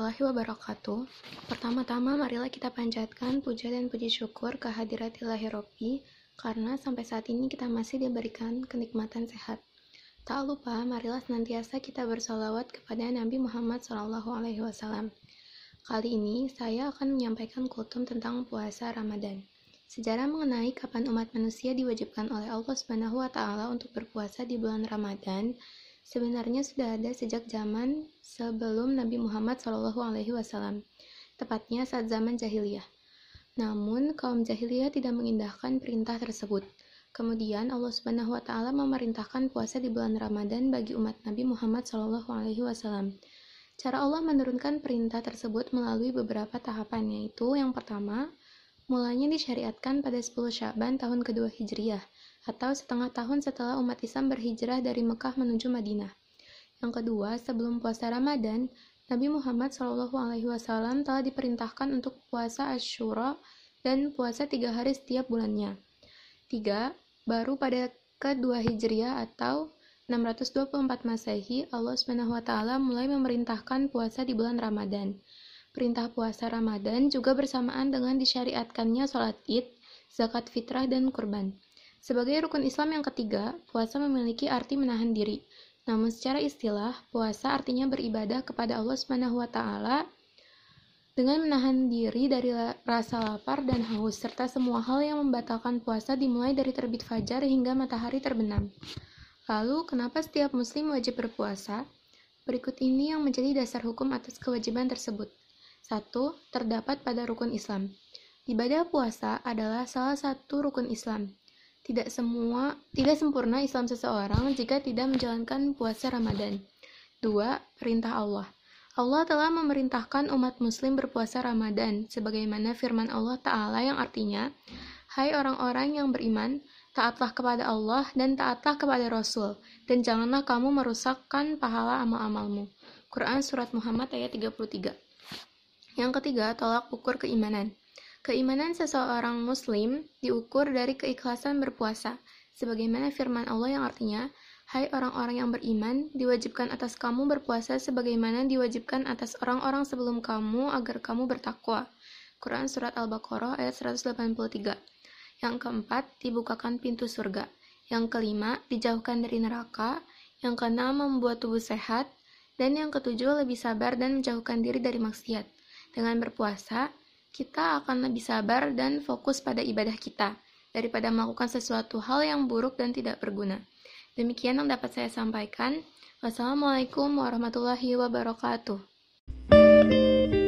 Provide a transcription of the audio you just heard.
warahmatullahi wabarakatuh. Pertama-tama marilah kita panjatkan puja dan puji syukur kehadirat Ilahi Robbi, karena sampai saat ini kita masih diberikan kenikmatan sehat. Tak lupa, marilah senantiasa kita bersolawat kepada Nabi Muhammad SAW. Kali ini saya akan menyampaikan kultum tentang puasa Ramadan. Sejarah mengenai kapan umat manusia diwajibkan oleh Allah SWT untuk berpuasa di bulan Ramadan sebenarnya sudah ada sejak zaman sebelum Nabi Muhammad SAW, tepatnya saat zaman jahiliyah. Namun, kaum jahiliyah tidak mengindahkan perintah tersebut. Kemudian Allah SWT memerintahkan puasa di bulan Ramadan bagi umat Nabi Muhammad SAW. Cara Allah menurunkan perintah tersebut melalui beberapa tahapan, yaitu yang pertama, mulanya disyariatkan pada 10 Sya'ban tahun kedua Hijriyah, atau setengah tahun setelah umat Islam berhijrah dari Mekah menuju Madinah. Yang kedua, sebelum puasa Ramadan, Nabi Muhammad SAW telah diperintahkan untuk puasa Asyura dan puasa 3 hari setiap bulannya. 3. Baru pada kedua Hijriyah atau 624 Masehi, Allah SWT mulai memerintahkan puasa di bulan Ramadan. Perintah puasa Ramadan juga bersamaan dengan disyariatkannya sholat Id, zakat fitrah, dan kurban. Sebagai rukun Islam yang ketiga, puasa memiliki arti menahan diri. Namun secara istilah, puasa artinya beribadah kepada Allah SWT dengan menahan diri dari rasa lapar dan haus, serta semua hal yang membatalkan puasa dimulai dari terbit fajar hingga matahari terbenam. Lalu, kenapa setiap muslim wajib berpuasa? Berikut ini yang menjadi dasar hukum atas kewajiban tersebut. 1. Terdapat pada rukun Islam. Ibadah puasa adalah salah satu rukun Islam. Tidak sempurna Islam seseorang jika tidak menjalankan puasa Ramadan. 2. Perintah Allah. Allah telah memerintahkan umat muslim berpuasa Ramadan, sebagaimana firman Allah Ta'ala yang artinya, "Hai orang-orang yang beriman, taatlah kepada Allah dan taatlah kepada Rasul, dan janganlah kamu merusakkan pahala amal-amalmu." Quran Surat Muhammad ayat 33. Yang ketiga, tolak ukur keimanan. Keimanan seseorang muslim diukur dari keikhlasan berpuasa, sebagaimana firman Allah yang artinya, "Hai orang-orang yang beriman, diwajibkan atas kamu berpuasa sebagaimana diwajibkan atas orang-orang sebelum kamu agar kamu bertakwa." Quran Surat Al-Baqarah ayat 183. Yang keempat, dibukakan pintu surga. Yang kelima, dijauhkan dari neraka. Yang keenam, membuat tubuh sehat. Dan yang ketujuh, lebih sabar dan menjauhkan diri dari maksiat. Dengan berpuasa, kita akan lebih sabar dan fokus pada ibadah kita, daripada melakukan sesuatu hal yang buruk dan tidak berguna. Demikian yang dapat saya sampaikan. Wassalamualaikum warahmatullahi wabarakatuh.